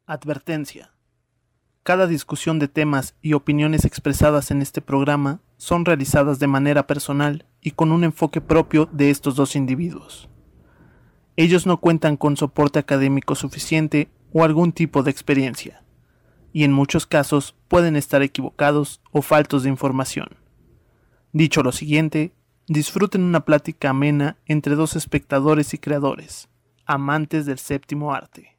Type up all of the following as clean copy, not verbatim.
Advertencia. Cada discusión de temas y opiniones expresadas en este programa son realizadas de manera personal y con un enfoque propio de estos dos individuos. Ellos no cuentan con soporte académico suficiente o algún tipo de experiencia, y en muchos casos pueden estar equivocados o faltos de información. Dicho lo siguiente, disfruten una plática amena entre dos espectadores y creadores, amantes del séptimo arte.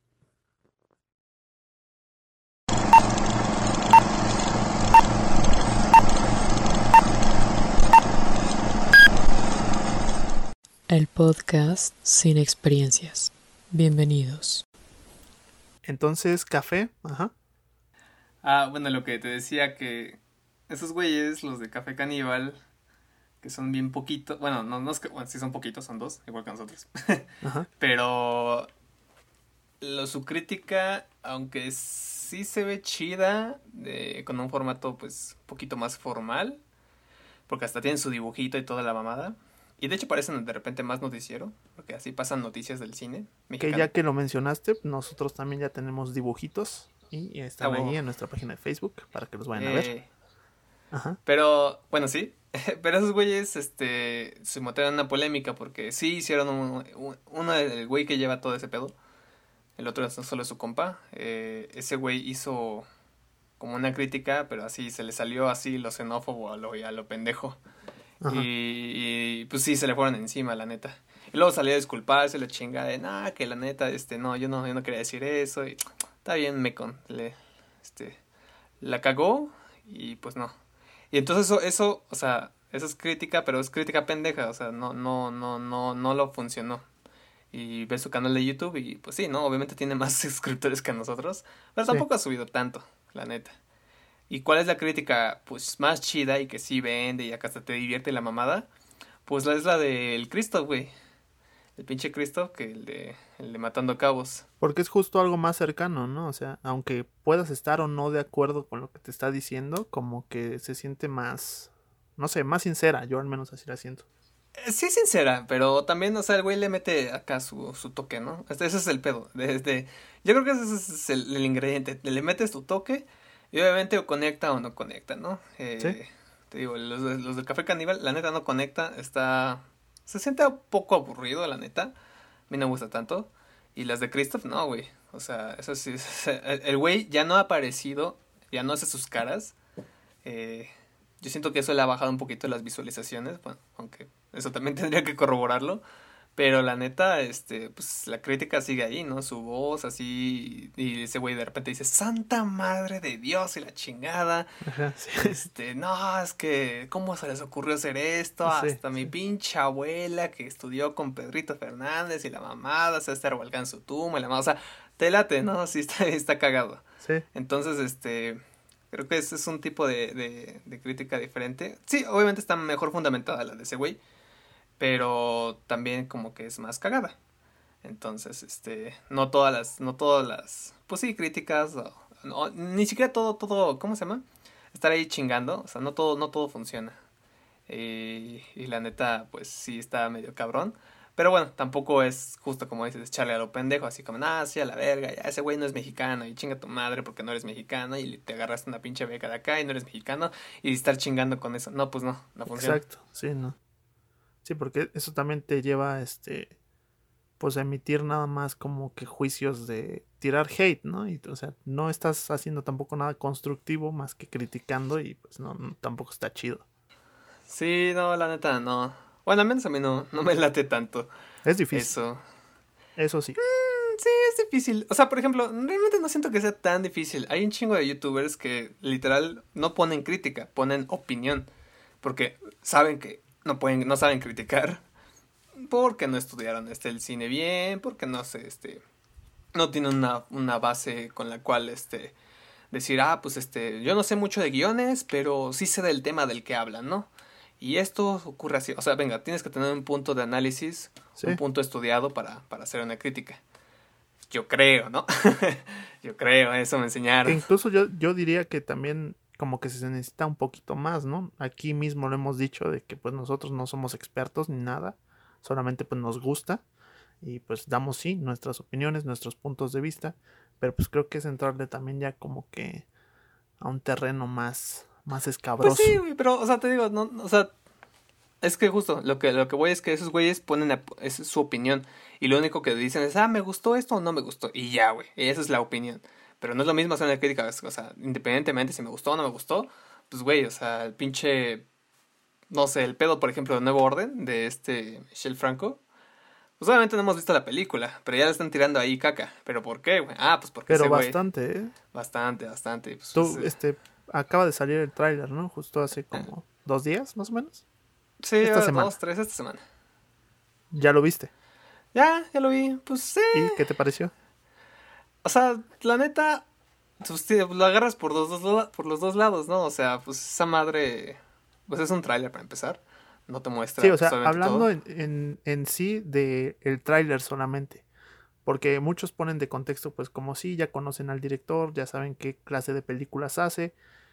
El podcast sin experiencias. Bienvenidos. Entonces, café, Bueno, lo que te decía que esos güeyes, los de Café Caníbal, que son bien poquitos, bueno, no es que, bueno, sí son poquitos, son dos, igual que nosotros. Pero su crítica, aunque sí se ve chida, con un formato pues un poquito más formal, porque hasta tienen su dibujito y toda la mamada. Y de hecho parecen de repente más noticiero, porque así pasan noticias del cine mexicano. Que ya que lo mencionaste, nosotros también ya tenemos dibujitos y están ahí en nuestra página de Facebook para que los vayan a ver. Pero, bueno, sí. Pero esos güeyes se metieron en una polémica porque sí hicieron uno del güey que lleva todo ese pedo. El otro es solo su compa. Ese güey hizo como una crítica, pero así se le salió así lo xenófobo a lo pendejo. Y pues sí, se le fueron encima, la neta. Y luego salió a disculparse, la chingada de, que la neta, no, yo no quería decir eso. Y está bien, la cagó y pues no. Y entonces eso, o sea, eso es crítica, pero es crítica pendeja, o sea, no lo funcionó. Y ves su canal de YouTube y pues sí, ¿no? Obviamente tiene más suscriptores que nosotros, pero tampoco ha subido tanto, la neta. ¿Y cuál es la crítica, pues, más chida y que sí vende y acá hasta te divierte la mamada? Pues es la del Cristo, güey. El pinche Cristo que el de Matando Cabos. Porque es justo algo más cercano, ¿no? O sea, aunque puedas estar o no de acuerdo con lo que te está diciendo, como que se siente más, no sé, más sincera. Yo al menos así la siento. Sí es sincera, pero también, o sea, el güey le mete acá su toque, ¿no? Ese es el pedo. Yo creo que ese es el ingrediente. Le metes tu toque y obviamente o conecta o no conecta, ¿no? ¿Sí? Te digo, los del Café Caníbal, la neta no conecta, se siente un poco aburrido, la neta. A mí no me gusta tanto. Y las de Christoph, no, güey. O sea, eso sí, el güey ya no ha aparecido, ya no hace sus caras. Yo siento que eso le ha bajado un poquito las visualizaciones, bueno, aunque eso también tendría que corroborarlo. Pero la neta, pues la crítica sigue ahí, ¿no? Su voz así, y ese güey de repente dice, Santa Madre de Dios y la chingada. Ajá, sí. No, es que, ¿cómo se les ocurrió hacer esto? Sí, Hasta mi pinche abuela que estudió con Pedrito Fernández y la mamada se está revolcando en su tumba y la mamada, o sea, te late, ¿no? Sí, está cagado. Sí. Entonces, creo que ese es un tipo de crítica diferente. Sí, obviamente está mejor fundamentada la de ese güey, pero también como que es más cagada. Entonces, no todas las, pues sí, críticas, no, ni siquiera todo, ¿cómo se llama? Estar ahí chingando, o sea, no todo funciona. Y la neta, pues sí está medio cabrón. Pero bueno, tampoco es justo como dices, echarle a lo pendejo, así como, sí, a la verga, ya ese güey no es mexicano, y chinga tu madre porque no eres mexicano, y te agarraste una pinche beca de acá y no eres mexicano, y estar chingando con eso. No, pues no funciona. Exacto, sí, no. Sí, porque eso también te lleva, pues a emitir nada más como que juicios de tirar hate, ¿no? Y, o sea, no estás haciendo tampoco nada constructivo más que criticando y pues no tampoco está chido. Sí, no, la neta, no. Bueno, al menos a mí no me late tanto. Es difícil. Eso sí. Sí, es difícil. O sea, por ejemplo, realmente no siento que sea tan difícil. Hay un chingo de youtubers que literal no ponen crítica, ponen opinión. Porque saben que no saben criticar. Porque no estudiaron el cine bien, porque no sé, no tienen una base con la cual decir, pues yo no sé mucho de guiones, pero sí sé del tema del que hablan, ¿no? Y esto ocurre así, o sea, venga, tienes que tener un punto de análisis, Sí. un punto estudiado para hacer una crítica. Yo creo, ¿no? Yo creo, eso me enseñaron. Que incluso yo diría que también como que se necesita un poquito más, ¿no? Aquí mismo lo hemos dicho de que pues nosotros no somos expertos ni nada, solamente pues nos gusta y pues damos sí nuestras opiniones, nuestros puntos de vista, pero pues creo que es entrarle también ya como que a un terreno más Pues escabroso. sí, güey, pero, o sea, te digo, no, o sea, es que justo, lo que voy es que esos güeyes ponen es su opinión. Y lo único que dicen es, me gustó esto o no me gustó. Y ya, güey, esa es la opinión. Pero no es lo mismo hacer una crítica, o sea, independientemente si me gustó o no me gustó, pues, güey, o sea, el pinche, no sé, el pedo, por ejemplo, de Nuevo Orden, de Michel Franco. Pues obviamente no hemos visto la película, pero ya le están tirando ahí caca. ¿Pero por qué, güey? Pues porque Pero ese güey, bastante, ¿eh? bastante. Tú, acaba de salir el tráiler, ¿no? Justo hace como 2 días, más o menos. sí, Esta semana. 2, 3 esta semana. ¿Ya lo viste? Ya lo vi, pues sí. ¿Y qué te pareció? O sea, la neta, pues, sí, lo agarras por por los dos lados, ¿no? O sea, pues esa madre, pues es un tráiler para empezar. No te muestra Sí, o sea, pues, obviamente hablando todo. en sí de el tráiler solamente. Porque muchos ponen de contexto, pues como sí, ya conocen al director, ya saben qué clase de películas hace,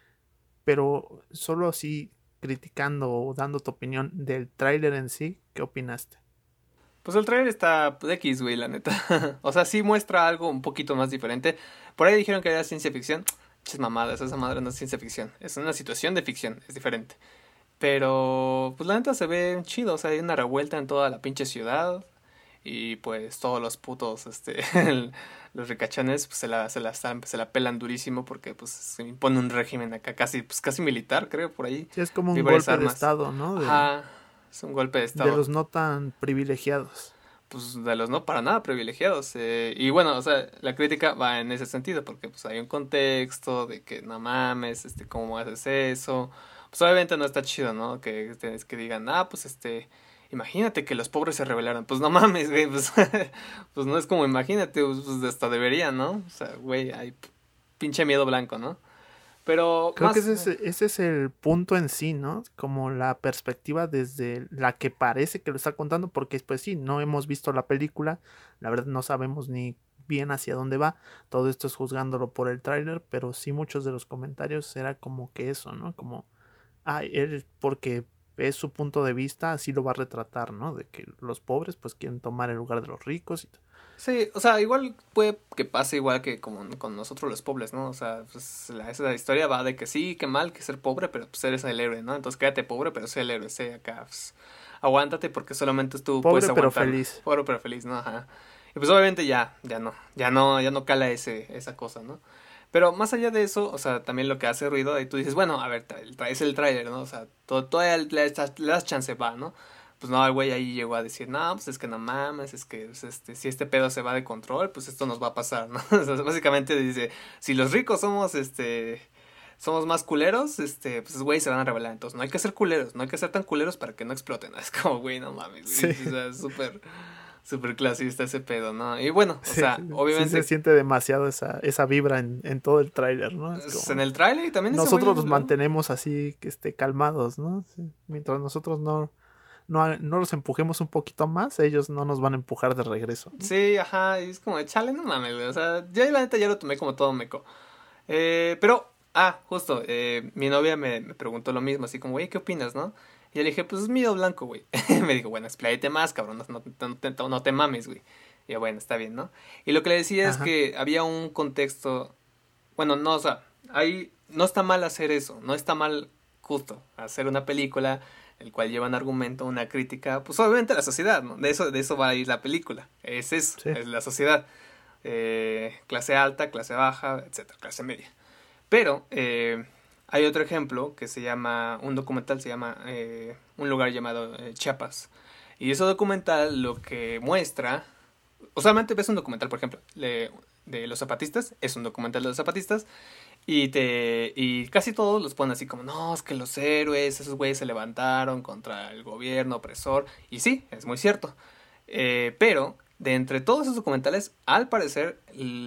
pero solo así criticando o dando tu opinión del tráiler en sí, ¿qué opinaste? Pues el tráiler está pues, X, güey, la neta. O sea, sí muestra algo un poquito más diferente. Por ahí dijeron que era ciencia ficción. Ches mamadas, esa madre no es ciencia ficción. Es una situación de ficción, es diferente. Pero, pues la neta se ve chido. O sea, hay una revuelta en toda la pinche ciudad. Y pues todos los putos, los ricachones, pues se la pelan durísimo porque pues se impone un régimen acá casi militar, creo, por ahí. Sí, es como Vi un varias golpe de armas. estado, ¿no? Ajá, es un golpe de De estado. los no tan privilegiados. Pues de los no para nada privilegiados. Y bueno, o sea, la crítica va en ese sentido, porque pues hay un contexto de que no mames, ¿cómo haces eso? Pues obviamente no está chido, ¿no? Que digan, pues imagínate que los pobres se rebelaran. Pues no mames, güey, pues, pues no es como imagínate, pues hasta deberían, ¿no? O sea, güey, hay pinche miedo blanco, ¿no? Pero Creo que más, ese es el punto en sí, ¿no? Como la perspectiva desde la que parece que lo está contando, porque pues sí, no hemos visto la película, la verdad no sabemos ni bien hacia dónde va, todo esto es juzgándolo por el tráiler, pero sí muchos de los comentarios era como que eso, ¿no? Como, él porque es su punto de vista, así lo va a retratar, ¿no? De que los pobres pues quieren tomar el lugar de los ricos y sí, o sea, igual puede que pase igual que como con nosotros los pobres, ¿no? O sea, pues esa historia va de que sí, que mal, que ser pobre, pero pues eres el héroe, ¿no? Entonces quédate pobre, pero sé el héroe, sé acá, pues, aguántate porque solamente tú puedes pobre pero aguantarlo. feliz. Pobre pero feliz, ¿no? Ajá. Y pues obviamente ya no cala esa cosa, ¿no? Pero más allá de eso, o sea, también lo que hace ruido, ahí tú dices, bueno, a ver, es el tráiler, ¿no? O sea, todavía le das chance, va, ¿no? Pues no, el güey ahí llegó a decir, no, pues es que no mames, es que pues, si este pedo se va de control, pues esto nos va a pasar, ¿no? O sea, básicamente dice, si los ricos somos más culeros, pues güey se van a rebelar, entonces no hay que ser culeros, no hay que ser tan culeros para que no exploten, ¿no? Es como, güey, no mames, güey, Sí. o sea, es súper clasista ese pedo, ¿no? Y bueno, o Sí, sea, sí obviamente se siente demasiado esa vibra en todo el tráiler, ¿no? Es es como, en el tráiler y también ese nosotros güey, nos ¿no? mantenemos así, calmados, ¿no? Sí, mientras nosotros no los empujemos un poquito más, ellos no nos van a empujar de regreso, ¿no? Sí, ajá, y es como, chale, no mames, güey, o sea, yo la neta ya lo tomé como todo meco. Pero, justo, mi novia me preguntó lo mismo, así como, güey, ¿qué opinas, no? Y yo le dije, pues es miedo blanco, güey. Me dijo, bueno, expláyate más, cabrón, no te mames, güey. Y yo, bueno, está bien, ¿no? Y lo que le decía es Ajá. que había un contexto, bueno, no, o sea, ahí no está mal hacer eso, no está mal justo hacer una película el cual lleva un argumento, una crítica, pues obviamente a la sociedad, ¿no? De eso va a ir la película, es eso, Sí. es la sociedad. Clase alta, clase baja, etcétera, clase media. Pero hay otro ejemplo que se llama, un documental se llama Un lugar llamado Chiapas. Y ese documental lo que muestra, o solamente ves un documental, por ejemplo, de los zapatistas, es un documental de los zapatistas, y casi todos los ponen así como, no, es que los héroes, esos güeyes se levantaron contra el gobierno opresor, y sí, es muy cierto. Pero de entre todos esos documentales, al parecer,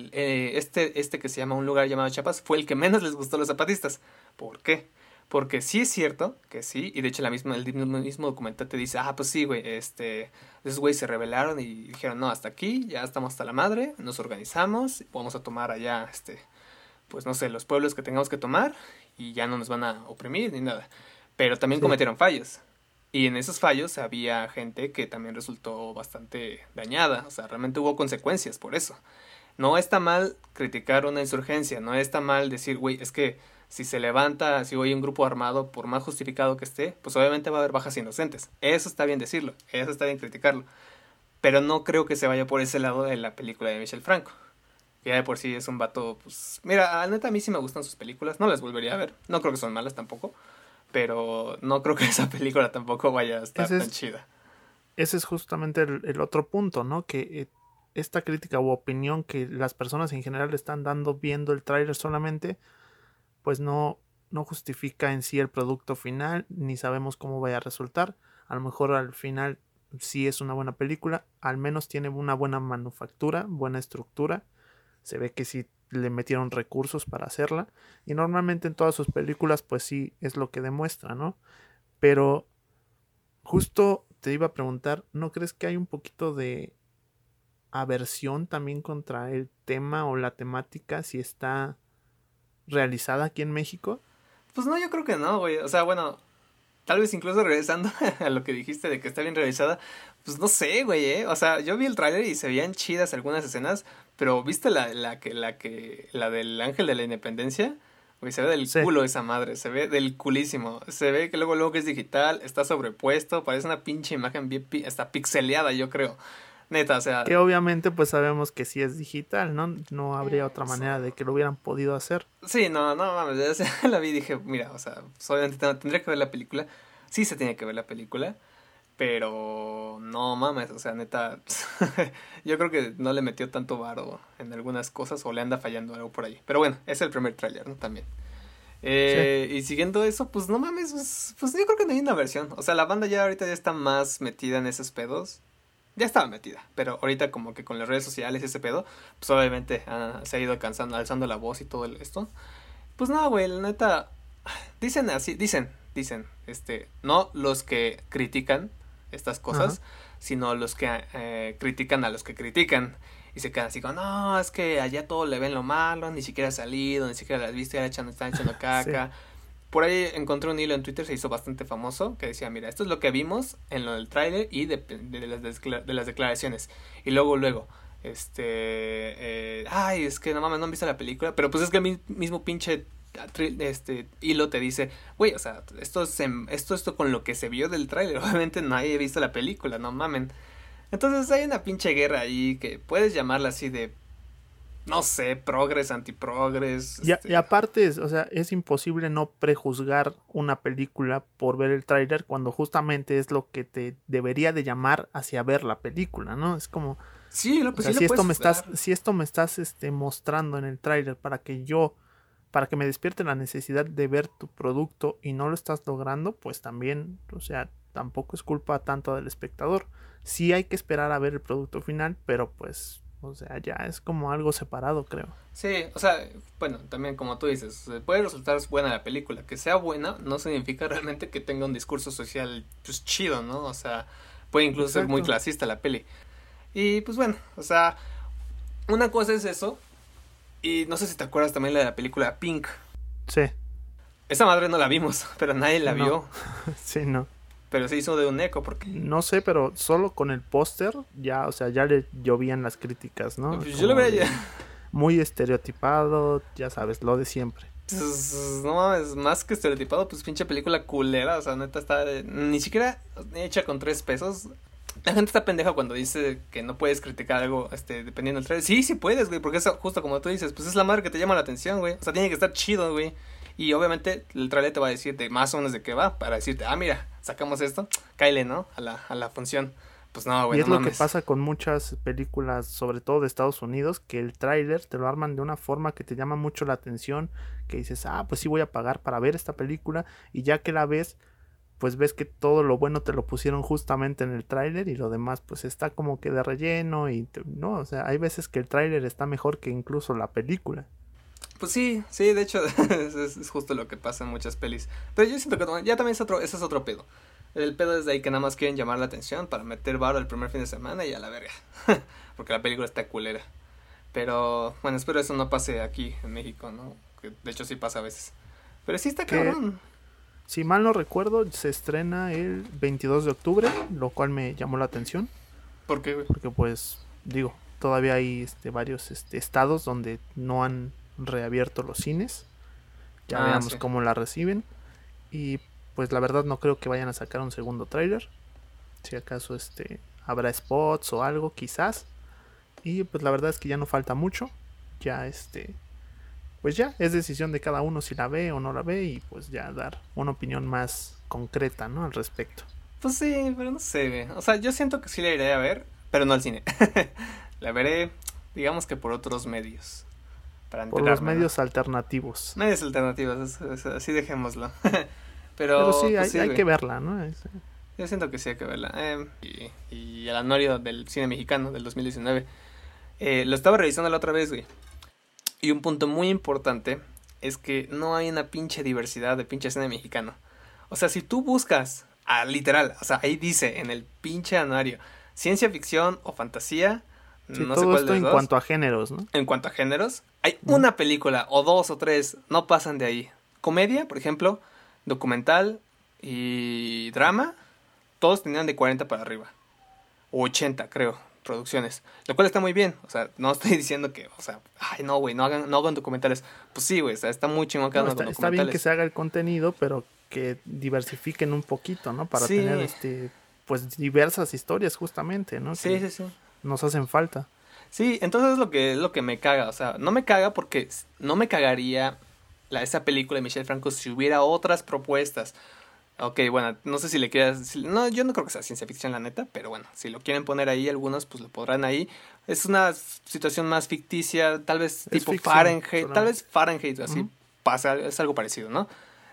este que se llama Un lugar llamado Chiapas fue el que menos les gustó a los zapatistas. ¿Por qué? Porque sí es cierto que sí, y de hecho el mismo documental te dice, pues sí, güey, esos güeyes se rebelaron y dijeron, no, hasta aquí, ya estamos hasta la madre, nos organizamos, vamos a tomar allá, pues no sé, los pueblos que tengamos que tomar, y ya no nos van a oprimir ni nada. Pero también Sí. cometieron fallos. Y en esos fallos había gente que también resultó bastante dañada. O sea, realmente hubo consecuencias por eso. No está mal criticar una insurgencia, no está mal decir, güey, es que si se levanta, si hay un grupo armado, por más justificado que esté, pues obviamente va a haber bajas inocentes. Eso está bien decirlo, eso está bien criticarlo. Pero no creo que se vaya por ese lado de la película de Michel Franco. Que ya de por sí es un vato, pues... Mira, a neta a mí sí me gustan sus películas, no las volvería a ver. No creo que son malas tampoco. Pero no creo que esa película tampoco vaya a estar tan chida. Ese es justamente el otro punto, ¿no? Que esta crítica u opinión que las personas en general están dando viendo el tráiler solamente, pues no justifica en sí el producto final, ni sabemos cómo vaya a resultar. A lo mejor al final sí es una buena película, al menos tiene una buena manufactura, buena estructura, se ve que sí le metieron recursos para hacerla, y normalmente en todas sus películas pues sí es lo que demuestra, ¿no? Pero justo te iba a preguntar, ¿no crees que hay un poquito de aversión también contra el tema o la temática si está realizada aquí en México? Pues no, yo creo que no, güey. O sea, bueno, tal vez incluso regresando a lo que dijiste de que está bien realizada, pues no sé, güey, ¿eh? O sea, yo vi el tráiler y se veían chidas algunas escenas, pero ¿viste la del Ángel de la Independencia? Güey, se ve del culo esa madre, se ve del culísimo. Se ve que luego que es digital, está sobrepuesto, parece una pinche imagen bien, está pixeleada, yo creo. Neta, o sea... Que obviamente pues sabemos que sí es digital, ¿no? No habría otra manera de que lo hubieran podido hacer. Sí, no mames, ya la vi y dije, mira, o sea, pues, obviamente tendría que ver la película. Sí se tiene que ver la película, pero no mames, o sea, neta, yo creo que no le metió tanto varo en algunas cosas o le anda fallando algo por ahí. Pero bueno, es el primer tráiler, ¿no? También. Sí. Y siguiendo eso, pues no mames, pues yo creo que no hay una versión. O sea, la banda ya ahorita ya está más metida en esos pedos. Ya estaba metida, pero ahorita como que con las redes sociales y ese pedo, pues obviamente se ha ido alzando la voz y todo esto. Pues no, güey, la neta, dicen, no los que critican estas cosas, sino los que critican a los que critican. Y se quedan así como, no, es que allá todo le ven lo malo, ni siquiera ha salido, ni siquiera las viste, ya están echando caca. Sí. Por ahí encontré un hilo en Twitter, se hizo bastante famoso, que decía, mira, esto es lo que vimos en lo del tráiler y de las declaraciones. Y luego, ay, es que no mames, no han visto la película, pero pues es que el mismo pinche hilo te dice, güey, o sea, esto con lo que se vio del tráiler, obviamente nadie ha visto la película, no mamen. Entonces hay una pinche guerra ahí que puedes llamarla así de, no sé, progres, antiprogres. Y aparte, o sea, es imposible no prejuzgar una película por ver el tráiler cuando justamente es lo que te debería de llamar hacia ver la película, ¿no? Es como, sí, pues o sea, sí si esto me estás mostrando en el tráiler para que me despierte la necesidad de ver tu producto y no lo estás logrando, pues también, o sea, tampoco es culpa tanto del espectador. Sí hay que esperar a ver el producto final, pero pues, o sea, ya es como algo separado, creo. Sí, o sea, bueno, también como tú dices, puede resultar buena la película. Que sea buena no significa realmente que tenga un discurso social, pues, chido, ¿no? O sea, puede incluso ser muy clasista la peli. Y, pues, bueno, o sea, una cosa es eso. Y no sé si te acuerdas también de la película Pink. Sí. Esa madre no la vimos, pero nadie la vio. Sí, no. Pero se hizo de un eco porque... No sé, pero solo con el póster ya, o sea, ya le llovían las críticas, ¿no? Pues yo lo vería ya. Muy estereotipado, ya sabes, lo de siempre. Pues, no mames, más que estereotipado, pues pinche película culera, o sea, neta está ni siquiera hecha con 3 pesos. La gente está pendeja cuando dice que no puedes criticar algo, dependiendo del trailer. Sí puedes, güey, porque es justo como tú dices, pues es la madre que te llama la atención, güey. O sea, tiene que estar chido, güey. Y obviamente el trailer te va a decir de más o menos de qué va, para decirte, mira, sacamos esto, cáele, ¿no? A la función. Pues no, güey, y es lo que pasa con muchas películas, sobre todo de Estados Unidos, que el tráiler te lo arman de una forma que te llama mucho la atención, que dices, pues sí voy a pagar para ver esta película, y ya que la ves, pues ves que todo lo bueno te lo pusieron justamente en el tráiler y lo demás pues está como que de relleno y no, o sea, hay veces que el tráiler está mejor que incluso la película. Pues sí, de hecho es justo lo que pasa en muchas pelis. Pero yo siento que ya también ese es otro pedo. El pedo es de ahí que nada más quieren llamar la atención para meter varo el primer fin de semana y a la verga. Porque la película está culera. Pero bueno, espero eso no pase aquí en México, ¿no? Que de hecho sí pasa a veces. Pero sí está cabrón. Si mal no recuerdo, se estrena el 22 de octubre, lo cual me llamó la atención. ¿Por qué, güey? Porque pues, digo, todavía hay varios estados donde no han reabierto los cines. Ya veamos cómo la reciben. Y pues la verdad no creo que vayan a sacar un segundo tráiler. Si acaso habrá spots o algo, quizás. Y pues la verdad es que ya no falta mucho. Ya pues ya es decisión de cada uno si la ve o no la ve, y pues ya dar una opinión más concreta, ¿no? Al respecto. Pues sí, pero no sé, güey. O sea, yo siento que sí la iré a ver, pero no al cine. La veré, digamos que por otros medios. Por los medios alternativos. Medios alternativos, así dejémoslo. Pero sí, pues hay que verla, ¿no? Yo siento que sí hay que verla. Y el anuario del cine mexicano del 2019. Lo estaba revisando la otra vez, güey. Y un punto muy importante es que no hay una pinche diversidad de pinche cine mexicano. O sea, si tú buscas, literal, o sea, ahí dice en el pinche anuario, ciencia ficción o fantasía, sí, no sé cuál de los dos. En cuanto a géneros, ¿no? En cuanto a géneros, hay una película o dos o tres, no pasan de ahí. Comedia, por ejemplo, documental y drama, todos tenían de 40 para arriba. O 80, creo, producciones. Lo cual está muy bien. O sea, no estoy diciendo que, o sea, ay, no, güey, no hagan documentales. Pues sí, güey, o sea, está muy chingón que hagan documentales. Está bien que se haga el contenido, pero que diversifiquen un poquito, ¿no? Para tener, pues, diversas historias, justamente, ¿no? Sí. Nos hacen falta. Sí, entonces es lo que me caga. O sea, no me caga porque no me cagaría esa película de Michel Franco si hubiera otras propuestas. Ok, bueno, no sé si le quieras... No, yo no creo que sea ciencia ficción, la neta, pero bueno, si lo quieren poner ahí, algunos pues lo podrán ahí. Es una situación más ficticia, tal vez es tipo ficción, Fahrenheit, tal vez Fahrenheit, así pasa, es algo parecido, ¿no?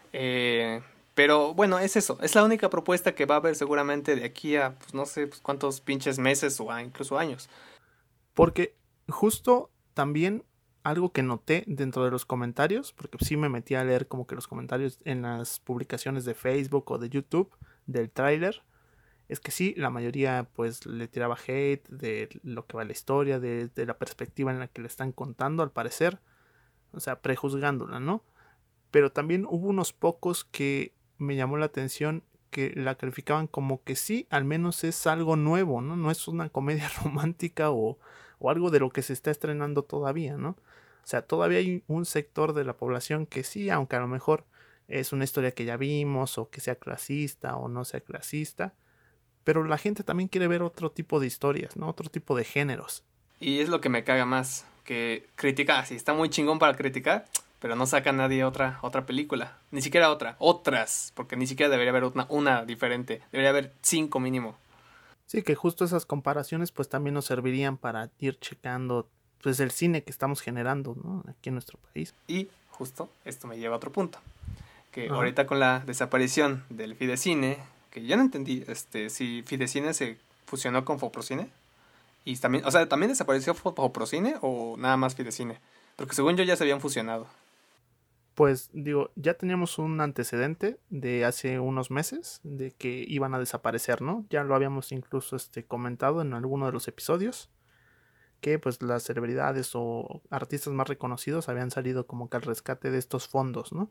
Pero bueno, es eso, es la única propuesta que va a haber seguramente de aquí a, pues no sé, pues, cuántos pinches meses o incluso años. Porque justo también... algo que noté dentro de los comentarios, porque sí me metí a leer como que los comentarios en las publicaciones de Facebook o de YouTube del tráiler, es que sí, la mayoría pues le tiraba hate de lo que va la historia, de la perspectiva en la que le están contando, al parecer, o sea, prejuzgándola, ¿no? Pero también hubo unos pocos que me llamó la atención, que la calificaban como que sí, al menos es algo nuevo, ¿no? No es una comedia romántica o algo de lo que se está estrenando todavía, ¿no? O sea, todavía hay un sector de la población que sí, aunque a lo mejor es una historia que ya vimos, o que sea clasista o no sea clasista, pero la gente también quiere ver otro tipo de historias, ¿no? Otro tipo de géneros. Y es lo que me caga más, que criticar, sí, está muy chingón para criticar, pero no saca nadie otra película, ni siquiera otras, porque ni siquiera debería haber una diferente, debería haber 5 mínimo. Sí, que justo esas comparaciones pues también nos servirían para ir checando pues el cine que estamos generando, ¿no? Aquí en nuestro país. Y justo esto me lleva a otro punto, que ahorita con la desaparición del Fidecine, que ya no entendí si Fidecine se fusionó con Foprocine, y también, o sea, ¿también desapareció Foprocine o nada más Fidecine? Porque según yo ya se habían fusionado. Pues digo, ya teníamos un antecedente de hace unos meses de que iban a desaparecer, ¿no? Ya lo habíamos incluso comentado en alguno de los episodios, que pues las celebridades o artistas más reconocidos habían salido como que al rescate de estos fondos, ¿no?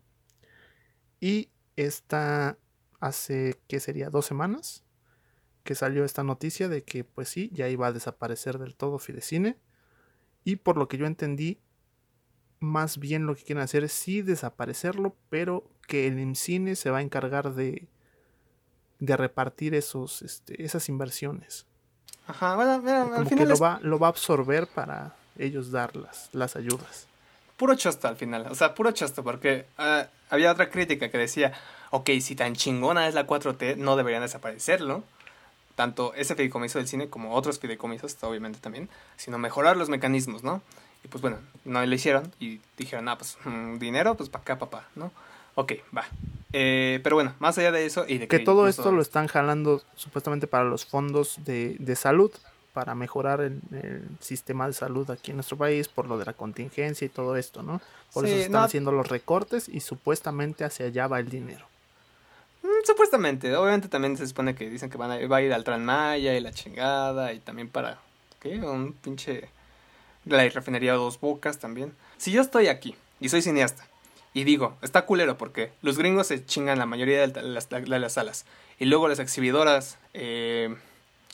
Y hace, ¿qué sería? 2 semanas que salió esta noticia de que pues sí, ya iba a desaparecer del todo Fidecine, y por lo que yo entendí, más bien lo que quieren hacer es sí desaparecerlo, pero que el IMCINE se va a encargar de repartir esas inversiones. Ajá, bueno, mira, como al final que lo va a absorber para ellos dar las ayudas. Puro chosto al final, o sea, puro chosto, porque había otra crítica que decía, ok, si tan chingona es la 4T, no deberían desaparecerlo, tanto ese fideicomiso del cine como otros fideicomisos, obviamente también, sino mejorar los mecanismos, ¿no? Y pues bueno, no lo hicieron y dijeron, pues dinero, pues para acá, papá, ¿no? Ok, va. Pero bueno, más allá de eso y de que todo esto lo están jalando supuestamente para los fondos de salud, para mejorar el sistema de salud aquí en nuestro país, por lo de la contingencia y todo esto, ¿no? Por eso se están haciendo los recortes y supuestamente hacia allá va el dinero. Supuestamente, obviamente también se supone que dicen que va a ir al Tren Maya y la chingada, y también para, ¿qué? Un pinche... La refinería Dos Bocas también. Si yo estoy aquí y soy cineasta y digo, está culero porque los gringos se chingan la mayoría de las salas, y luego las exhibidoras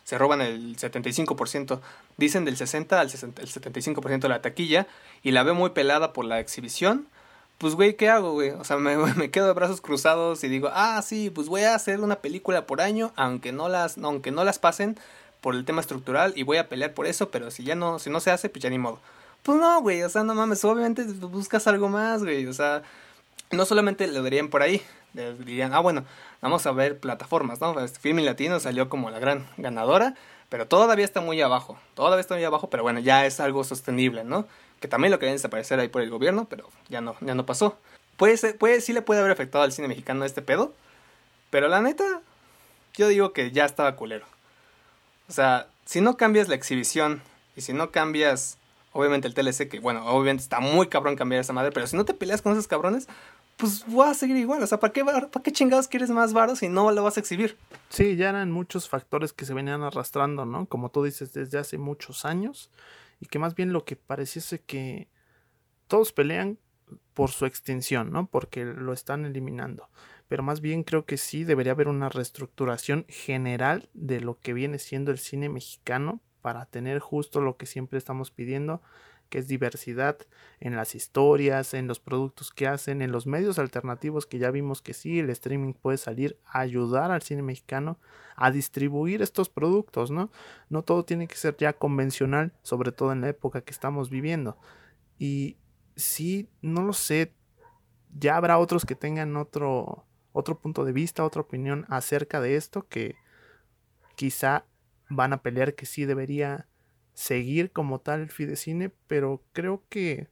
se roban el 75%, dicen del 60 al 60, el 75% de la taquilla, y la veo muy pelada por la exhibición, pues güey, ¿qué hago, güey? O sea, me quedo de brazos cruzados y digo, sí, pues voy a hacer una película por año, aunque no las pasen por el tema estructural, y voy a pelear por eso, pero si no se hace, pues ya ni modo. Pues no, güey, o sea, no mames, obviamente buscas algo más, güey, o sea, no solamente lo dirían por ahí, dirían, bueno, vamos a ver plataformas, ¿no? Filmin Latino salió como la gran ganadora, pero todavía está muy abajo, pero bueno, ya es algo sostenible, ¿no? Que también lo querían desaparecer ahí por el gobierno, pero ya no pasó. Sí le puede haber afectado al cine mexicano este pedo, pero la neta, yo digo que ya estaba culero. O sea, si no cambias la exhibición y si no cambias, obviamente el TLC, que bueno, obviamente está muy cabrón cambiar esa madre, pero si no te peleas con esos cabrones, pues voy a seguir igual. O sea, ¿para qué chingados quieres más varos si no lo vas a exhibir? Sí, ya eran muchos factores que se venían arrastrando, ¿no? Como tú dices, desde hace muchos años, y que más bien lo que pareciese que todos pelean por su extinción, ¿no? Porque lo están eliminando. Pero más bien creo que sí debería haber una reestructuración general de lo que viene siendo el cine mexicano para tener justo lo que siempre estamos pidiendo, que es diversidad en las historias, en los productos que hacen, en los medios alternativos, que ya vimos que sí, el streaming puede salir a ayudar al cine mexicano a distribuir estos productos, ¿no? No todo tiene que ser ya convencional, sobre todo en la época que estamos viviendo. Y sí, no lo sé, ya habrá otros que tengan otro punto de vista, otra opinión acerca de esto, que quizá van a pelear que sí debería seguir como tal el Fidecine, pero creo que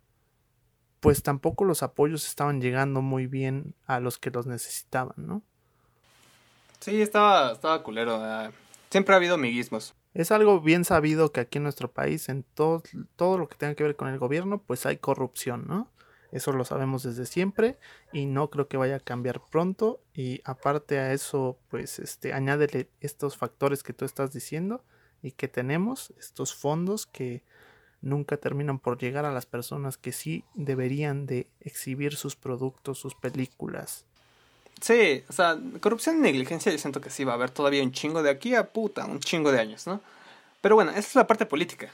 pues tampoco los apoyos estaban llegando muy bien a los que los necesitaban, ¿no? Sí, estaba culero. Siempre ha habido amiguismos. Es algo bien sabido que aquí en nuestro país, en todo lo que tenga que ver con el gobierno, pues hay corrupción, ¿no? Eso lo sabemos desde siempre y no creo que vaya a cambiar pronto. Y aparte a eso, pues añádele estos factores que tú estás diciendo y que tenemos, estos fondos que nunca terminan por llegar a las personas que sí deberían de exhibir sus productos, sus películas. Sí, o sea, corrupción y negligencia yo siento que sí va a haber todavía un chingo de aquí a un chingo de años, ¿no? Pero bueno, esa es la parte política.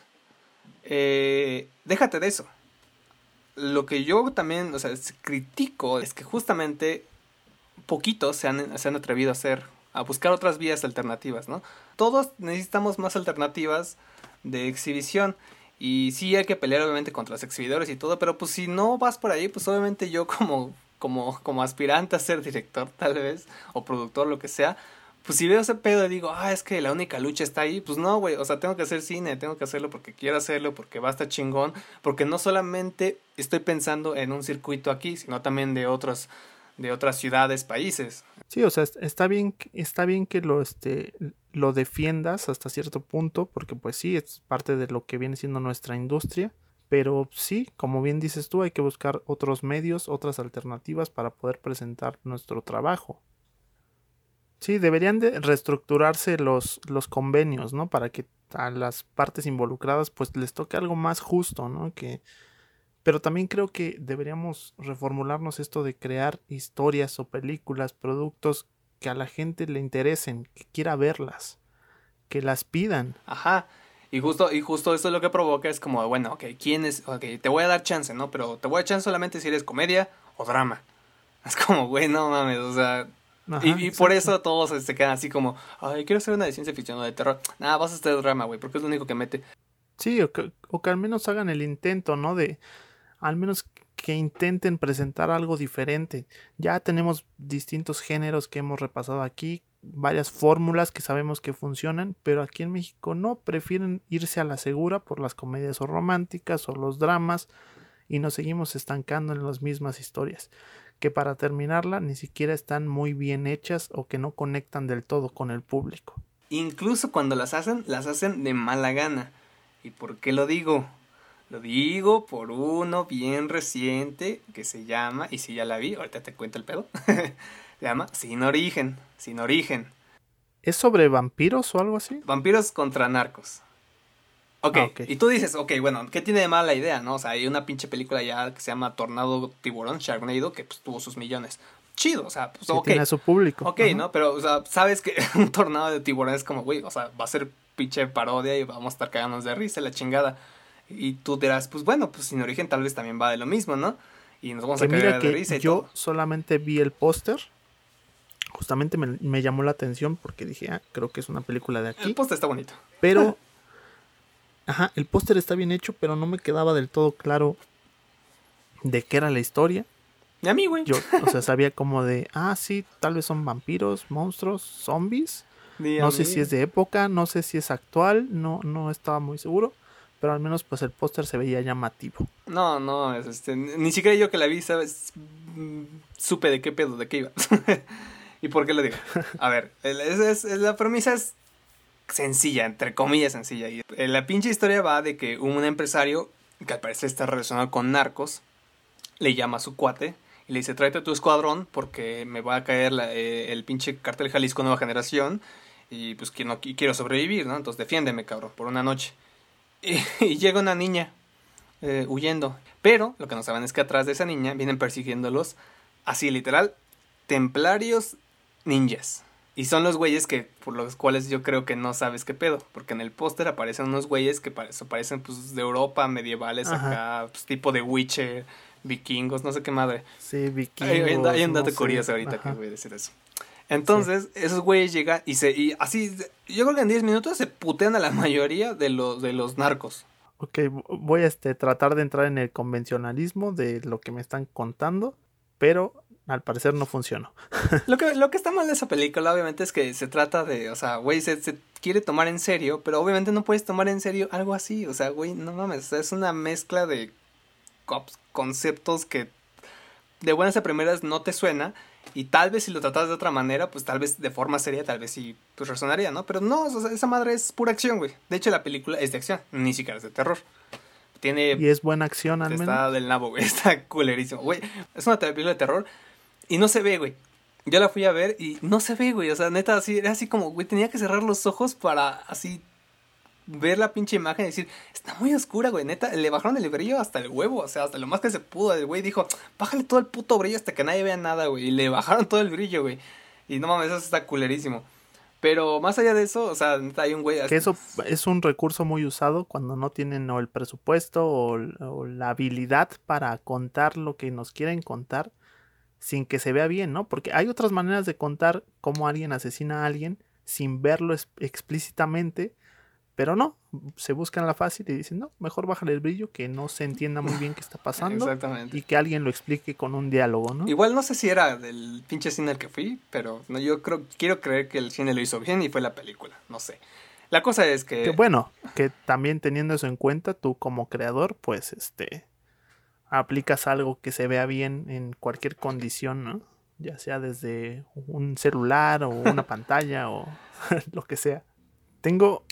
Déjate de eso. Lo que yo también, o sea, critico es que justamente poquitos se han atrevido a buscar otras vías alternativas, ¿no? Todos necesitamos más alternativas de exhibición. Y sí hay que pelear obviamente contra los exhibidores y todo, pero pues si no vas por ahí, pues obviamente yo como aspirante a ser director tal vez, o productor, lo que sea, pues si veo ese pedo y digo, es que la única lucha está ahí, pues no, güey, o sea, tengo que hacer cine, tengo que hacerlo porque quiero hacerlo, porque va a estar chingón, porque no solamente estoy pensando en un circuito aquí, sino también de otras ciudades, países. Sí, o sea, está bien que lo defiendas hasta cierto punto, porque pues sí, es parte de lo que viene siendo nuestra industria, pero sí, como bien dices tú, hay que buscar otros medios, otras alternativas para poder presentar nuestro trabajo. Sí, deberían de reestructurarse los convenios, ¿no? Para que a las partes involucradas pues les toque algo más justo, ¿no? Pero también creo que deberíamos reformularnos esto de crear historias o películas, productos que a la gente le interesen, que quiera verlas, que las pidan. Ajá. Y justo eso es lo que provoca, es como, bueno, ok, te voy a dar chance, ¿no? Pero te voy a dar chance solamente si eres comedia o drama. Es como, güey, no mames, o sea... Ajá, y por eso todos se quedan así como, quiero hacer una de ciencia ficción o de terror. Nada, vas a hacer drama, güey, porque es lo único que mete. Sí, o que al menos hagan el intento, ¿no? Al menos que intenten presentar algo diferente. Ya tenemos distintos géneros que hemos repasado aquí, varias fórmulas que sabemos que funcionan, pero aquí en México no, prefieren irse a la segura por las comedias o románticas o los dramas y nos seguimos estancando en las mismas historias, que para terminarla ni siquiera están muy bien hechas o que no conectan del todo con el público. Incluso cuando las hacen de mala gana. ¿Y por qué lo digo? Lo digo por uno bien reciente que se llama, y si ya la vi, ahorita te cuento el pedo, se llama Sin Origen. ¿Es sobre vampiros o algo así? Vampiros contra narcos. Okay. Ok, y tú dices, bueno, ¿qué tiene de mala idea, no? O sea, hay una pinche película ya que se llama Tornado Tiburón, Sharknado, que pues tuvo sus millones. chido, o sea, pues que ok. tiene a su público. Ok, ¿no? Pero, o sea, sabes que un tornado de tiburones es como, güey, o sea, va a ser pinche parodia y vamos a estar cagándonos de risa, la chingada. Y tú dirás, pues bueno, pues Sin Origen tal vez también va de lo mismo, ¿no? Y nos vamos Que a cagar mira de que risa y yo todo. solamente vi el póster. Justamente me llamó la atención porque dije, creo que es una película de El aquí. póster está bonito. Pero, ajá, el póster está bien hecho, pero no me quedaba del todo claro de qué era la historia. Y a mí, güey. Yo, o sea, sabía como de, sí, tal vez son vampiros, monstruos, zombies. No sé si es de época, no sé si es actual, no estaba muy seguro. Pero al menos pues el póster se veía llamativo. No, ni siquiera yo que la vi, ¿sabes? Supe de qué pedo, de qué iba. ¿Y por qué lo digo? A ver, la premisa es sencilla, entre comillas sencilla. Y la pinche historia va de que un empresario, que al parecer está relacionado con narcos, le llama a su cuate y le dice, tráete a tu escuadrón porque me va a caer el pinche Cártel Jalisco Nueva Generación y pues quiero sobrevivir, ¿no? Entonces defiéndeme, cabrón, por una noche. Y llega una niña huyendo. Pero lo que no saben es que atrás de esa niña vienen persiguiéndolos, así literal, templarios ninjas. Y son los güeyes por los cuales yo creo que no sabes qué pedo. Porque en el póster aparecen unos güeyes que parecen pues de Europa, medievales. Ajá. Acá, pues tipo de Witcher, vikingos, no sé qué madre. Sí, vikingos. Hay un dato curioso ahorita que voy a decir eso. Entonces, esos güeyes llegan y así, yo creo que en 10 minutos se putean a la mayoría de los narcos. Ok, voy a tratar de entrar en el convencionalismo de lo que me están contando, pero al parecer no funcionó. Lo que está mal de esa película, obviamente, es que se trata de, o sea, güey, se quiere tomar en serio, pero obviamente no puedes tomar en serio algo así, o sea, güey, no mames, es una mezcla de conceptos que de buenas a primeras no te suena. Y tal vez si lo tratas de otra manera, pues tal vez de forma seria, tal vez sí, pues resonaría, ¿no? Pero no, o sea, esa madre es pura acción, güey. De hecho, la película es de acción, ni siquiera es de terror. Y es buena acción al menos. Está del nabo, güey, está culerísimo, güey. Es una película de terror y no se ve, güey. Yo la fui a ver y no se ve, güey. O sea, neta, así, era así como, güey, tenía que cerrar los ojos para así ver la pinche imagen y decir, está muy oscura, güey, neta, le bajaron el brillo hasta el huevo, o sea, hasta lo más que se pudo. El güey dijo, bájale todo el puto brillo hasta que nadie vea nada, güey, y le bajaron todo el brillo, güey, y no mames, eso está culerísimo. Pero más allá de eso, o sea, neta, hay un güey... Que eso es un recurso muy usado cuando no tienen o el presupuesto o la habilidad para contar lo que nos quieren contar sin que se vea bien, ¿no? Porque hay otras maneras de contar cómo alguien asesina a alguien sin verlo explícitamente. Pero no, se buscan la fácil y dicen, no, mejor bájale el brillo, que no se entienda muy bien qué está pasando. Exactamente. Y que alguien lo explique con un diálogo, ¿no? Igual no sé si era del pinche cine al que fui, pero no, quiero creer que el cine lo hizo bien y fue la película, no sé. La cosa es que bueno, que también teniendo eso en cuenta, tú como creador, pues, aplicas algo que se vea bien en cualquier condición, ¿no? Ya sea desde un celular o una pantalla o lo que sea. Tengo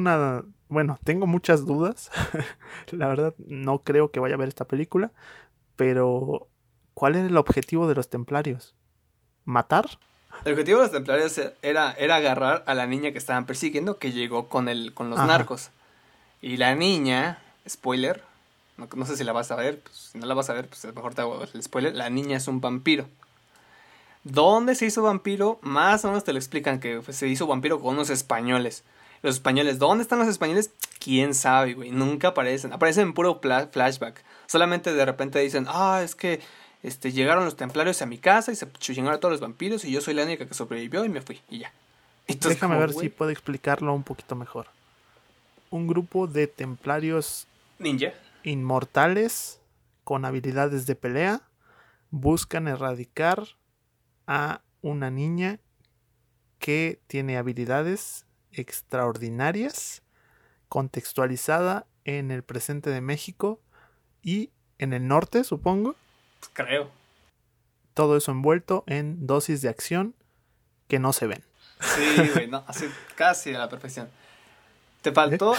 muchas dudas. La verdad, no creo que vaya a ver esta película. Pero, ¿cuál es el objetivo de los templarios? ¿Matar? El objetivo de los templarios era agarrar a la niña que estaban persiguiendo, que llegó con los narcos. Y la niña, spoiler, no sé si la vas a ver, pues, si no la vas a ver, pues mejor te hago el spoiler, la niña es un vampiro. ¿Dónde se hizo vampiro? Más o menos te lo explican, que se hizo vampiro con unos españoles. Los españoles, ¿dónde están los españoles? ¿Quién sabe, güey? Nunca aparecen. Aparecen en puro flashback. Solamente de repente dicen, es que llegaron los templarios a mi casa y se chingaron a todos los vampiros y yo soy la única que sobrevivió y me fui. Y ya. Entonces, déjame ver si puedo explicarlo un poquito mejor. Un grupo de templarios ninja inmortales con habilidades de pelea buscan erradicar a una niña que tiene habilidades extraordinarias, contextualizada en el presente de México y en el norte, supongo. Creo. Todo eso envuelto en dosis de acción que no se ven. Sí, güey, no, así casi a la perfección. Te faltó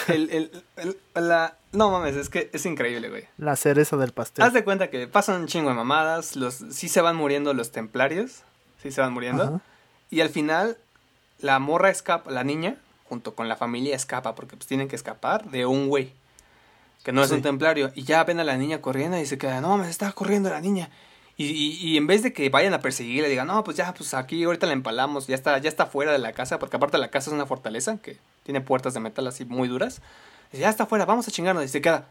no mames, es que es increíble, güey. La cereza del pastel. Haz de cuenta que pasan un chingo de mamadas, sí se van muriendo los templarios, sí se van muriendo. Ajá. Y al final la morra escapa, la niña, junto con la familia escapa, porque pues tienen que escapar de un güey que no es un templario. Y ya ven a la niña corriendo y se queda, no mames, está corriendo la niña. Y en vez de que vayan a perseguirla y digan, no, pues ya, pues aquí ahorita la empalamos, ya está fuera de la casa, porque aparte la casa es una fortaleza que tiene puertas de metal así muy duras. Dice, ya está fuera, vamos a chingarnos. Y se queda,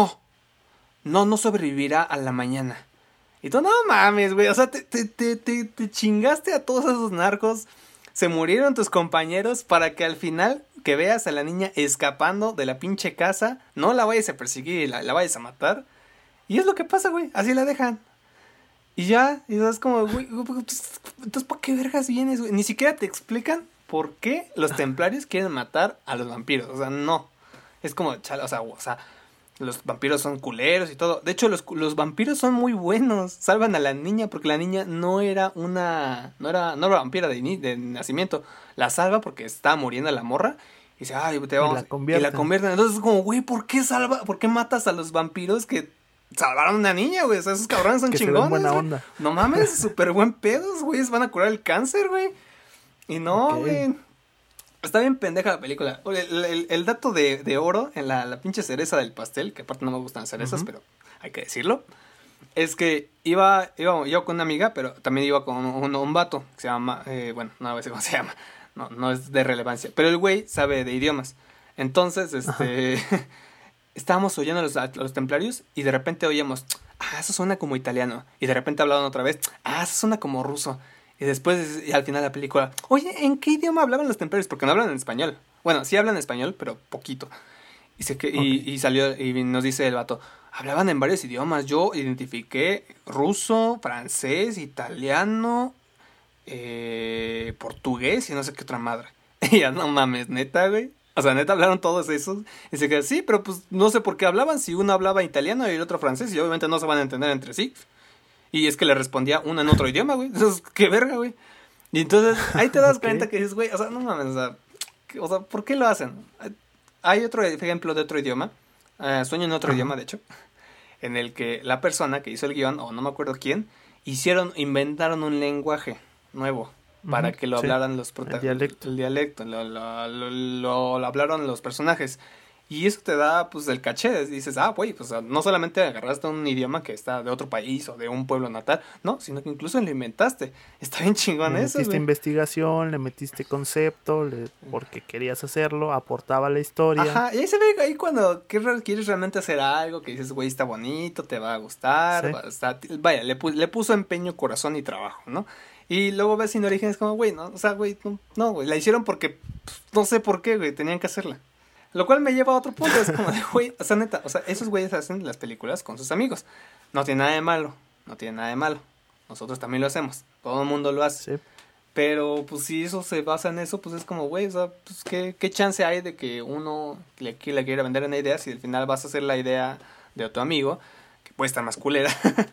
no sobrevivirá a la mañana. Y tú, no mames, güey, o sea, te chingaste a todos esos narcos, se murieron tus compañeros para que al final que veas a la niña escapando de la pinche casa, no la vayas a perseguir y la vayas a matar. Y es lo que pasa, güey, así la dejan. Y ya, y es como, güey, entonces ¿para qué vergas vienes, güey? Ni siquiera te explican por qué los templarios quieren matar a los vampiros. O sea, no. Es como, chala, o sea, los vampiros son culeros y todo. De hecho, los vampiros son muy buenos. Salvan a la niña porque la niña no era vampira de nacimiento. La salva porque estaba muriendo la morra. Y dice, ay, te vamos. Y la convierten. Entonces es como, güey, ¿por qué matas a los vampiros que salvaron a una niña, güey? O sea, esos cabrones son chingones. Buena onda. No mames, súper buen pedos, güey. Van a curar el cáncer, güey. Y no, güey. Está bien pendeja la película. El dato de oro en la pinche cereza del pastel, que aparte no me gustan las cerezas, pero hay que decirlo, es que iba yo con una amiga, pero también iba con un vato que se llama, bueno, no voy a decir cómo se llama, no es de relevancia, pero el güey sabe de idiomas. Entonces, estábamos oyendo a los templarios y de repente oíamos, eso suena como italiano. Y de repente hablaban otra vez, eso suena como ruso. Y después, y al final de la película, oye, ¿en qué idioma hablaban los templarios? Porque no hablan en español. Bueno, sí hablan español, pero poquito. Y salió, y nos dice el vato, hablaban en varios idiomas. Yo identifiqué ruso, francés, italiano, portugués y no sé qué otra madre. Y ya no mames, neta, güey. O sea, neta hablaron todos esos. Y se queda, sí, pero pues no sé por qué hablaban. Si uno hablaba italiano y el otro francés, y obviamente no se van a entender entre sí. Y es que le respondía uno en otro idioma, güey. Entonces, qué verga, güey. Y entonces, ahí te das cuenta que dices, güey, o sea, no mames, o sea, ¿por qué lo hacen? Hay otro ejemplo de otro idioma, Sueño en otro idioma, de hecho, en el que la persona que hizo el guión, o no me acuerdo quién, inventaron un lenguaje nuevo para que lo hablaran los protagonistas. El dialecto, lo hablaron los personajes. Y eso te da, pues, el caché. Dices, güey, pues, no solamente agarraste un idioma que está de otro país o de un pueblo natal, no, sino que incluso lo inventaste. Está bien chingón eso, le metiste investigación, le metiste concepto, porque querías hacerlo, aportaba la historia. Ajá, y ahí se ve, ahí cuando quieres realmente hacer algo, que dices, güey, está bonito, te va a gustar, vaya, le puso empeño, corazón y trabajo, ¿no? Y luego ves Sin Origen, es como, güey, no, o sea, güey, no, güey, la hicieron porque, pues, no sé por qué, güey, tenían que hacerla. Lo cual me lleva a otro punto, es como de, güey, o sea, neta, o sea, esos güeyes hacen las películas con sus amigos. No tiene nada de malo, Nosotros también lo hacemos, todo el mundo lo hace. Sí. Pero, pues, si eso se basa en eso, pues es como, güey, o sea, pues, ¿qué chance hay de que uno le quiera vender una idea si al final vas a hacer la idea de otro amigo, que puede estar más culera,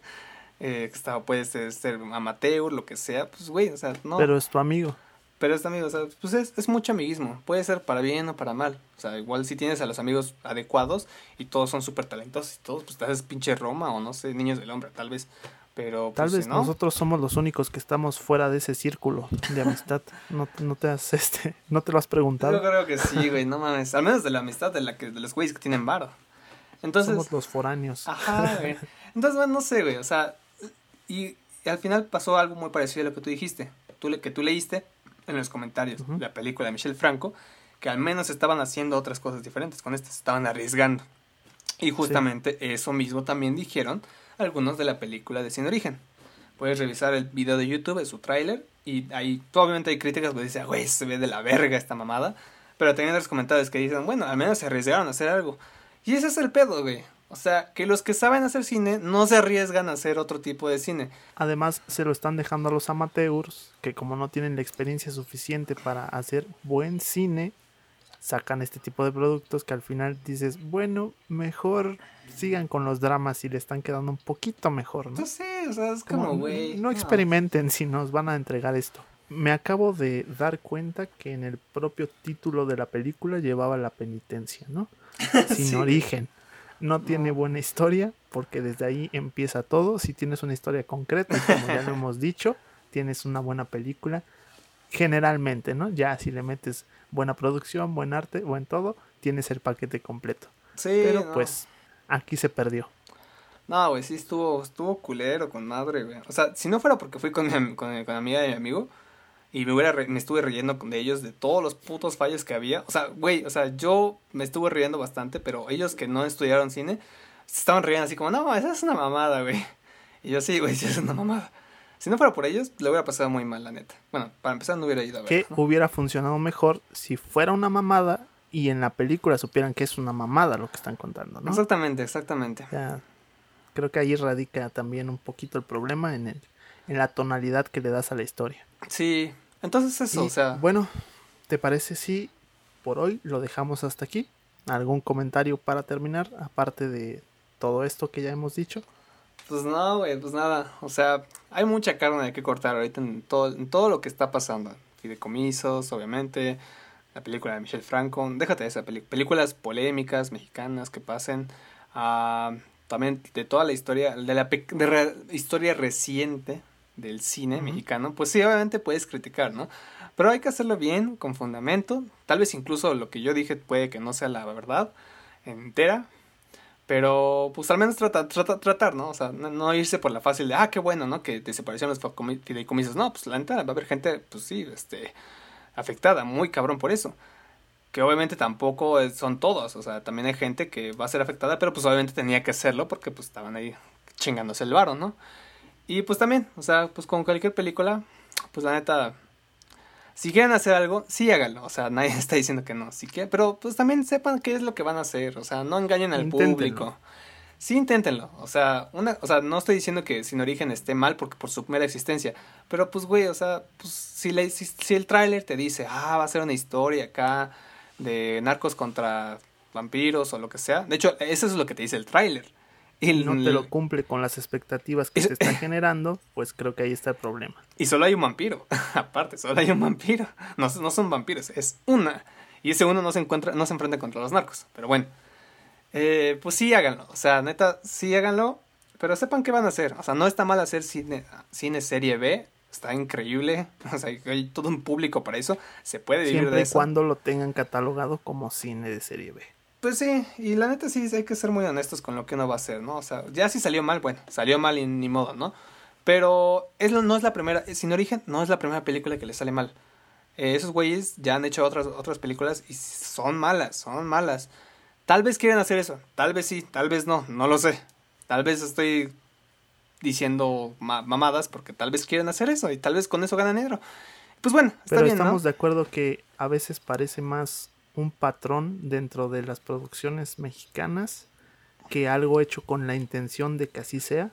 puede ser amateur, lo que sea, pues, güey, o sea, no. Pero es tu amigo. Pero este amigo, o sea, pues es mucho amiguismo. Puede ser para bien o para mal. O sea, igual si tienes a los amigos adecuados y todos son súper talentosos y todos, pues te haces pinche Roma o no sé, Niños del Hombre, tal vez. Pero tal pues, vez ¿no? Nosotros somos los únicos que estamos fuera de ese círculo de amistad. No te lo has preguntado. Yo creo que sí, güey, no mames. Al menos de la amistad de los güeyes que tienen varo. Entonces, somos los foráneos. Ajá, güey. Entonces, bueno, no sé, güey, o sea, y al final pasó algo muy parecido a lo que tú dijiste. Que tú leíste en los comentarios de la película de Michel Franco, que al menos estaban haciendo otras cosas diferentes con se estaban arriesgando. Y justamente eso mismo también dijeron algunos de la película de Sin Origen. Puedes revisar el video de YouTube, de su tráiler, y ahí obviamente hay críticas que dicen, güey, se ve de la verga esta mamada, pero también hay otros comentarios que dicen, bueno, al menos se arriesgaron a hacer algo. Y ese es el pedo, güey. O sea, que los que saben hacer cine no se arriesgan a hacer otro tipo de cine. Además, se lo están dejando a los amateurs, que como no tienen la experiencia suficiente para hacer buen cine, sacan este tipo de productos que al final dices, bueno, mejor sigan con los dramas y le están quedando un poquito mejor, ¿no? No sé, o sea, es como, güey. No experimenten si nos van a entregar esto. Me acabo de dar cuenta que en el propio título de la película llevaba la penitencia, ¿no? Sin sí. Origen. No tiene buena historia, porque desde ahí empieza todo. Si tienes una historia concreta, como ya lo hemos dicho, tienes una buena película. Generalmente, ¿no? Ya si le metes buena producción, buen arte, buen todo, tienes el paquete completo. Sí, pero pues aquí se perdió. No, güey, sí estuvo culero con madre, güey. O sea, si no fuera porque fui con la amiga de mi amigo y me estuve riendo de ellos de todos los putos fallos que había. O sea, güey, o sea, yo me estuve riendo bastante, pero ellos que no estudiaron cine se estaban riendo así como, no, esa es una mamada, güey. Y yo, sí, güey, sí es una mamada. Si no fuera por ellos, le hubiera pasado muy mal, la neta. Bueno, para empezar no hubiera ido a verla, Que ¿no? hubiera funcionado mejor si fuera una mamada y en la película supieran que es una mamada lo que están contando, ¿no? Exactamente. Ya, creo que ahí radica también un poquito el problema en la tonalidad que le das a la historia. Sí, entonces eso, Y o sea, bueno, ¿te parece si por hoy lo dejamos hasta aquí? ¿Algún comentario para terminar, aparte de todo esto que ya hemos dicho? pues no, güey, pues nada. O sea, hay mucha carne de que cortar ahorita en todo lo que está pasando. Fideicomisos, obviamente, la película de Michel Franco, déjate de esa películas polémicas mexicanas que pasen. ah, También de toda la historia, historia reciente del cine Ujú. mexicano, pues sí, obviamente puedes criticar, ¿no? Pero hay que hacerlo bien, con fundamento. Tal vez incluso lo que yo dije puede que no sea la verdad entera. Pero, pues al menos tratar, ¿no? O sea, no irse por la fácil de, qué bueno, ¿no? Que desaparecieron los fideicomisos. No, pues la neta va a haber gente, pues sí, afectada, muy cabrón por eso. Que obviamente tampoco son todos, o sea, también hay gente que va a ser afectada, pero pues obviamente tenía que hacerlo porque pues estaban ahí chingándose el varo, ¿no? Y pues también, o sea, pues con cualquier película, pues la neta, si quieren hacer algo, sí háganlo, o sea, nadie está diciendo que no, sí que, pero pues también sepan qué es lo que van a hacer, o sea, no engañen al Inténtenlo. público. Sí, inténtenlo. O sea, no estoy diciendo que Sin Origen esté mal porque por su mera existencia. Pero pues, güey, o sea, pues si el tráiler te dice, va a ser una historia acá de narcos contra vampiros o lo que sea. De hecho, eso es lo que te dice el tráiler. Y, Y no te lo cumple con las expectativas que y- te está generando, pues creo que ahí está el problema. y solo hay un vampiro. Aparte, solo hay un vampiro. No son vampiros, es una. Y ese uno no se enfrenta contra los narcos. Pero bueno. Pues sí, háganlo. O sea, neta, sí háganlo. Pero sepan qué van a hacer. O sea, no está mal hacer cine serie B. Está increíble. O sea, hay todo un público para eso. Se puede vivir de Siempre y eso. cuando lo tengan catalogado como cine de serie B. Pues sí, y la neta sí hay que ser muy honestos con lo que uno va a hacer, ¿no? O sea, ya si salió mal, bueno, salió mal y ni modo, ¿no? Pero no es la primera, Sin Origen no es la primera película que le sale mal. Esos güeyes ya han hecho otras películas y son malas, son malas. Tal vez quieren hacer eso, tal vez sí, tal vez no lo sé. Tal vez estoy diciendo mamadas porque tal vez quieren hacer eso y tal vez con eso ganan dinero. Pues bueno, está Pero bien, ¿no? estamos de acuerdo que a veces parece más un patrón dentro de las producciones mexicanas que algo hecho con la intención de que así sea.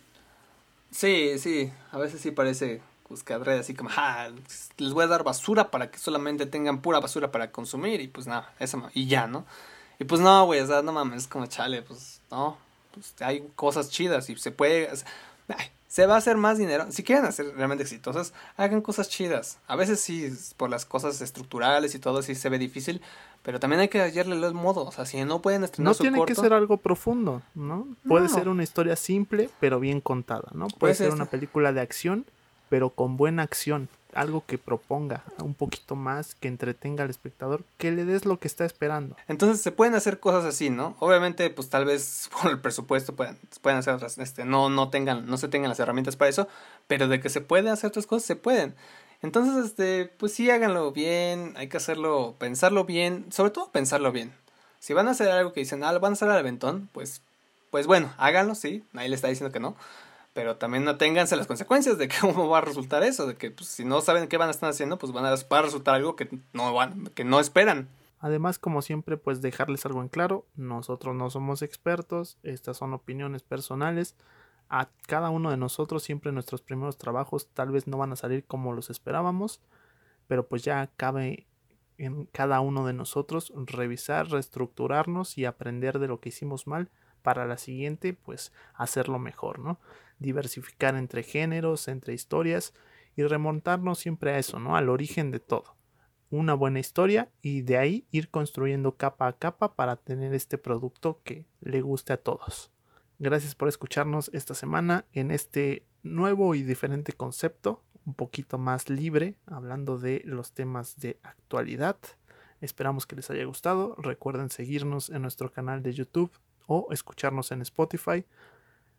Sí, a veces sí parece buscadred, así como, les voy a dar basura para que solamente tengan pura basura para consumir y pues nada, y ya, ¿no? Y pues no, güey, o sea, no mames, es como chale, pues no, pues hay cosas chidas y se puede, o sea, se va a hacer más dinero. Si quieren hacer realmente exitosas, hagan cosas chidas. A veces sí, por las cosas estructurales y todo, sí se ve difícil, pero también hay que hallarle los modos. O sea, si no pueden estrenar No su tiene que corto, ser algo profundo, ¿no? Puede ser no, una historia simple, pero bien contada, ¿no? Puede puede ser ser una película de acción, pero con buena acción. Algo que proponga un poquito más, que entretenga al espectador, que le des lo que está esperando. entonces se pueden hacer cosas así, ¿no? Obviamente, pues tal vez por el presupuesto pueden hacer otras, no se tengan las herramientas para eso, pero de que se pueden hacer otras cosas, se pueden. Entonces, pues sí, háganlo bien, hay que hacerlo, pensarlo bien, sobre todo pensarlo bien. Si van a hacer algo que dicen, lo van a hacer al aventón, pues bueno, háganlo, sí, nadie le está diciendo que no, pero también no ténganse las consecuencias de cómo va a resultar eso, de que pues, si no saben qué van a estar haciendo, pues va a resultar algo que no esperan. Además, como siempre, pues dejarles algo en claro, nosotros no somos expertos, estas son opiniones personales. A cada uno de nosotros siempre nuestros primeros trabajos tal vez no van a salir como los esperábamos, pero pues ya cabe en cada uno de nosotros revisar, reestructurarnos y aprender de lo que hicimos mal para la siguiente, pues hacerlo mejor, ¿no? Diversificar entre géneros, entre historias y remontarnos siempre a eso, ¿no? Al origen de todo. Una buena historia y de ahí ir construyendo capa a capa para tener este producto que le guste a todos. Gracias por escucharnos esta semana en este nuevo y diferente concepto, un poquito más libre, hablando de los temas de actualidad. Esperamos que les haya gustado. Recuerden seguirnos en nuestro canal de YouTube o escucharnos en Spotify.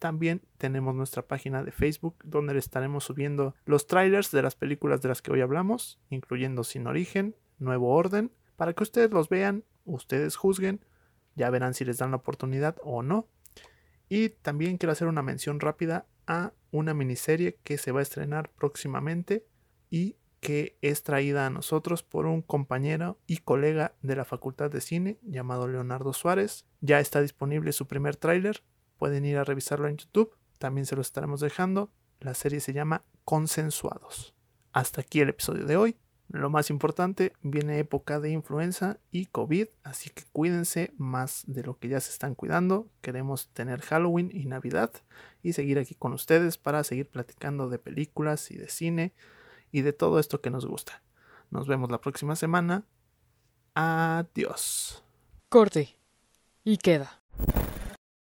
también tenemos nuestra página de Facebook, donde le estaremos subiendo los trailers de las películas de las que hoy hablamos, incluyendo Sin Origen, Nuevo Orden, para que ustedes los vean, ustedes juzguen, ya verán si les dan la oportunidad o no. Y también quiero hacer una mención rápida a una miniserie que se va a estrenar próximamente y que es traída a nosotros por un compañero y colega de la Facultad de Cine llamado Leonardo Suárez. Ya está disponible su primer tráiler, pueden ir a revisarlo en YouTube, también se lo estaremos dejando. La serie se llama Consensuados. Hasta aquí el episodio de hoy. Lo más importante, viene época de influenza y COVID, así que cuídense más de lo que ya se están cuidando. Queremos tener Halloween y Navidad y seguir aquí con ustedes para seguir platicando de películas y de cine y de todo esto que nos gusta. Nos vemos la próxima semana. Adiós. Corte. Y queda.